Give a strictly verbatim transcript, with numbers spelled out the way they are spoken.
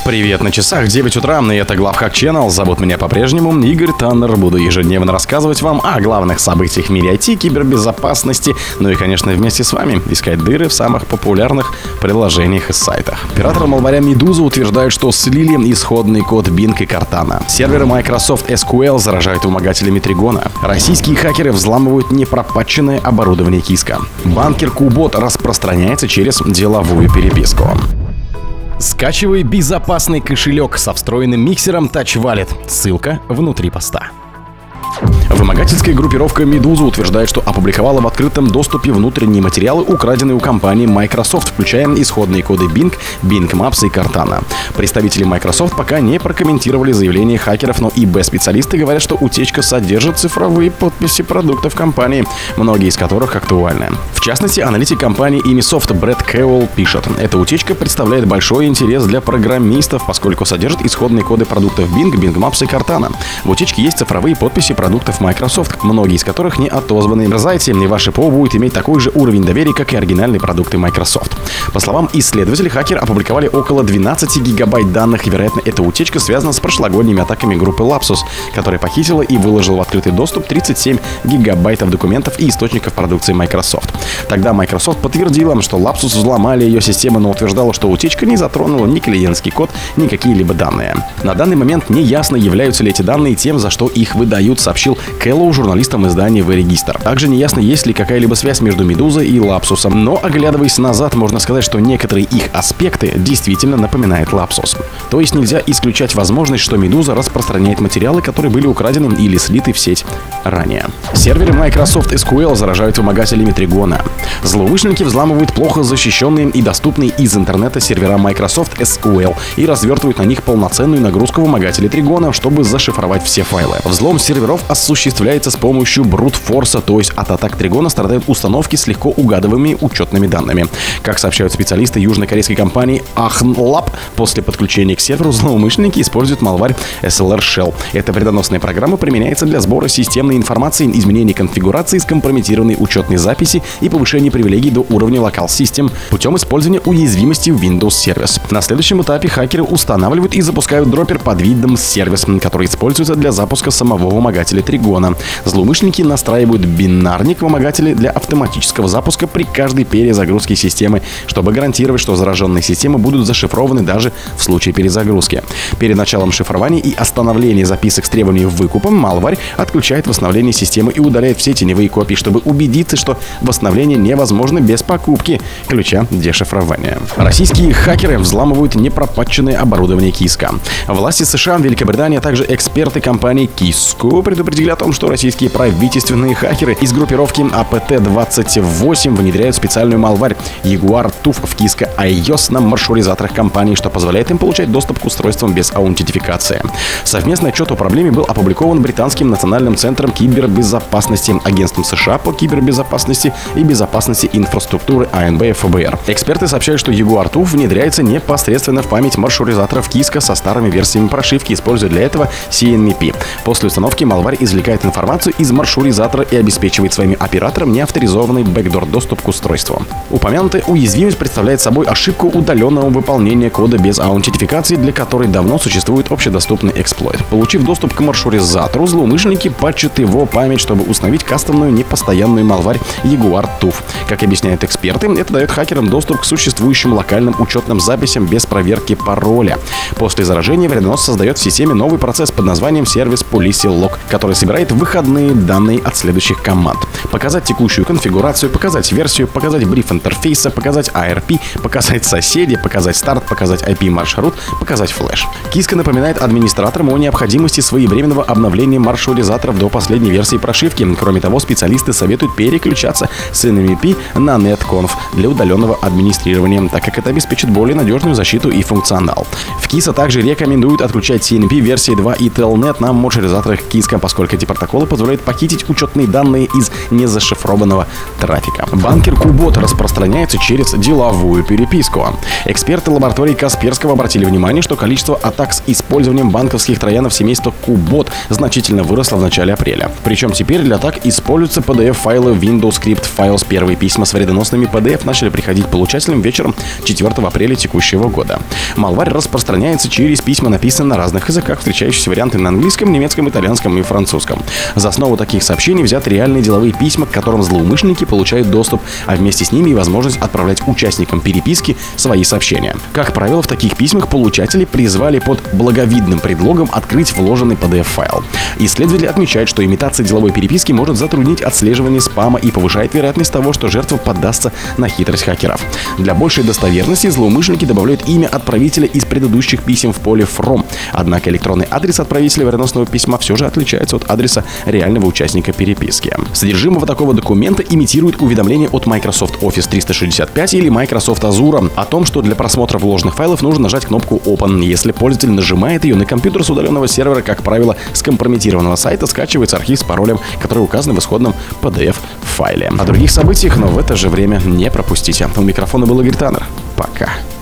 Привет, на часах девять утра, и это Главхак Channel. Зовут меня по-прежнему Игорь Таннер. Буду ежедневно рассказывать вам о главных событиях в мире ай ти, кибербезопасности, ну и, конечно, вместе с вами искать дыры в самых популярных приложениях и сайтах. Операторы малваря Medusa утверждают, что слили исходный код Bing и Cortana. Серверы Microsoft эс кью эль заражают вымогателями Тригона. Российские хакеры взламывают непропатченное оборудование Киска. Банкер Кубот распространяется через деловую переписку. Скачивай безопасный кошелек со встроенным миксером Touch Wallet. Ссылка внутри поста. Вымогательская группировка Medusa утверждает, что опубликовала в открытом доступе внутренние материалы, украденные у компании Microsoft, включая исходные коды Bing, Bing Maps и Cortana. Представители Microsoft пока не прокомментировали заявление хакеров, но и би-специалисты говорят, что утечка содержит цифровые подписи продуктов компании, многие из которых актуальны. В частности, аналитик компании Imisoft Брэд Кэуэлл пишет: эта утечка представляет большой интерес для программистов, поскольку содержит исходные коды продуктов Bing, Bing Maps и Cortana. В утечке есть цифровые подписи продуктов Microsoft, многие из которых не отозваны. Мерзайте, и ваше ПО будет иметь такой же уровень доверия, как и оригинальные продукты Microsoft. По словам исследователей, хакеры опубликовали около двенадцати гигабайт данных, и, вероятно, эта утечка связана с прошлогодними атаками группы Lapsus, которая похитила и выложила в открытый доступ тридцать семь гигабайтов документов и источников продукции Microsoft. Тогда Microsoft подтвердила, что Lapsus взломали ее системы, но утверждала, что утечка не затронула ни клиентский код, ни какие-либо данные. На данный момент не ясно, являются ли эти данные тем, за что их выдают, сообщил Кэллоу журналистам издания The Register. Также неясно, есть ли какая-либо связь между Medusa и Lapsus, но, оглядываясь назад, можно сказать, что некоторые их аспекты действительно напоминают Lapsus. То есть нельзя исключать возможность, что Medusa распространяет материалы, которые были украдены или слиты в сеть ранее. Серверы Microsoft эс кью эль заражают вымогателями Тригона. Злоумышленники взламывают плохо защищенные и доступные из интернета сервера Microsoft эс кью эль и развертывают на них полноценную нагрузку вымогателей Тригона, чтобы зашифровать все файлы. Взлом серверов осуществляется с помощью брут-форса, то есть от атак Тригона страдают установки с легко угадываемыми учетными данными. Как сообщают специалисты южнокорейской компании Achnlab, после подключения к серверу злоумышленники используют малварь эс эл ар Shell. Эта вредоносная программа применяется для сбора системной информации, изменения конфигурации, скомпрометированной учетной записи и повышения привилегий до уровня Local System путем использования уязвимости в Windows Service. На следующем этапе хакеры устанавливают и запускают дроппер под видом Service, который используется для запуска самого вымогателя Тригона. Злоумышленники настраивают бинарник вымогателя для автоматического запуска при каждой перезагрузке системы, чтобы гарантировать, что зараженные системы будут зашифрованы даже в случае перезагрузки. Перед началом шифрования и остановления записок с требованием выкупа малварь отключает восстановление системы и удаляет все теневые копии, чтобы убедиться, что восстановление невозможно без покупки ключа дешифрования. Российские хакеры взламывают непропатченное оборудование Киска. Власти США, Великобритания, а также эксперты компании Киско предупредили о том, что российские правительственные хакеры из группировки а пэ тэ двадцать восемь внедряют специальную малварь Jaguar туф в Киска iOS на маршрутизаторах компании, что позволяет им получать доступ к устройствам без аутентификации. Совместный отчет о проблеме был опубликован Британским национальным центром кибербезопасности, Агентством США по кибербезопасности и безопасности инфраструктуры а эн бэ эф бэ эр. Эксперты сообщают, что Jaguar туф внедряется непосредственно в память маршрутизаторов Киска со старыми версиями прошивки, используя для этого си эн эм пи. После установки малварь извлекает информацию из маршрутизатора и обеспечивает своим операторам неавторизованный бэкдор доступ к устройству. Упомянутая уязвимость представляет собой ошибку удаленного выполнения кода без аутентификации, для которой давно существует общедоступный эксплойт. Получив доступ к маршрутизатору, злоумышленники патчат его память, чтобы установить кастомную непостоянную малварь Jaguar туф. Как объясняют эксперты, это дает хакерам доступ к существующим локальным учетным записям без проверки пароля. После заражения вредонос создает в системе новый процесс под названием Service Policy Log, который собирает выходные данные от следующих команд: показать текущую конфигурацию, показать версию, показать бриф интерфейса, показать эй ар пи, показать соседи, показать старт, показать ай пи-маршрут, показать флеш. Киска напоминает администраторам о необходимости своевременного обновления маршрутизаторов до последней версии прошивки. Кроме того, специалисты советуют переключаться с эн эм пи на netconf для удаленного администрирования, так как это обеспечит более надежную защиту и функционал. В Киса также рекомендуют отключать си эн эм пи версии два и Telnet на маршрутизаторах Киска, поскольку поскольку эти протоколы позволяют похитить учетные данные из незашифрованного трафика. Банкер Кубот распространяется через деловую переписку. Эксперты лаборатории Касперского обратили внимание, что количество атак с использованием банковских троянов семейства Кубот значительно выросло в начале апреля. Причем теперь для атак используются пи ди эф-файлы Windows Script Files. Первые письма с вредоносными пи ди эф начали приходить получателям вечером четвёртого апреля текущего года. Малварь распространяется через письма, написанные на разных языках, встречающиеся варианты на английском, немецком, итальянском и французском. За основу таких сообщений взяты реальные деловые письма, к которым злоумышленники получают доступ, а вместе с ними и возможность отправлять участникам переписки свои сообщения. Как правило, в таких письмах получатели призвали под благовидным предлогом открыть вложенный пи ди эф-файл. Исследователи отмечают, что имитация деловой переписки может затруднить отслеживание спама и повышает вероятность того, что жертва поддастся на хитрость хакеров. Для большей достоверности злоумышленники добавляют имя отправителя из предыдущих писем в поле «from». Однако электронный адрес отправителя вредоносного письма все же отличается от адреса реального участника переписки. Содержимого такого документа имитирует уведомление от Microsoft Office триста шестьдесят пять или Microsoft Azure о том, что для просмотра вложенных файлов нужно нажать кнопку Open. Если пользователь нажимает ее, на компьютер с удаленного сервера, как правило, скомпрометированного сайта, скачивается архив с паролем, который указан в исходном пи ди эф-файле. О других событиях, но в это же время не пропустите. У микрофона был Игорь Таннер. Пока.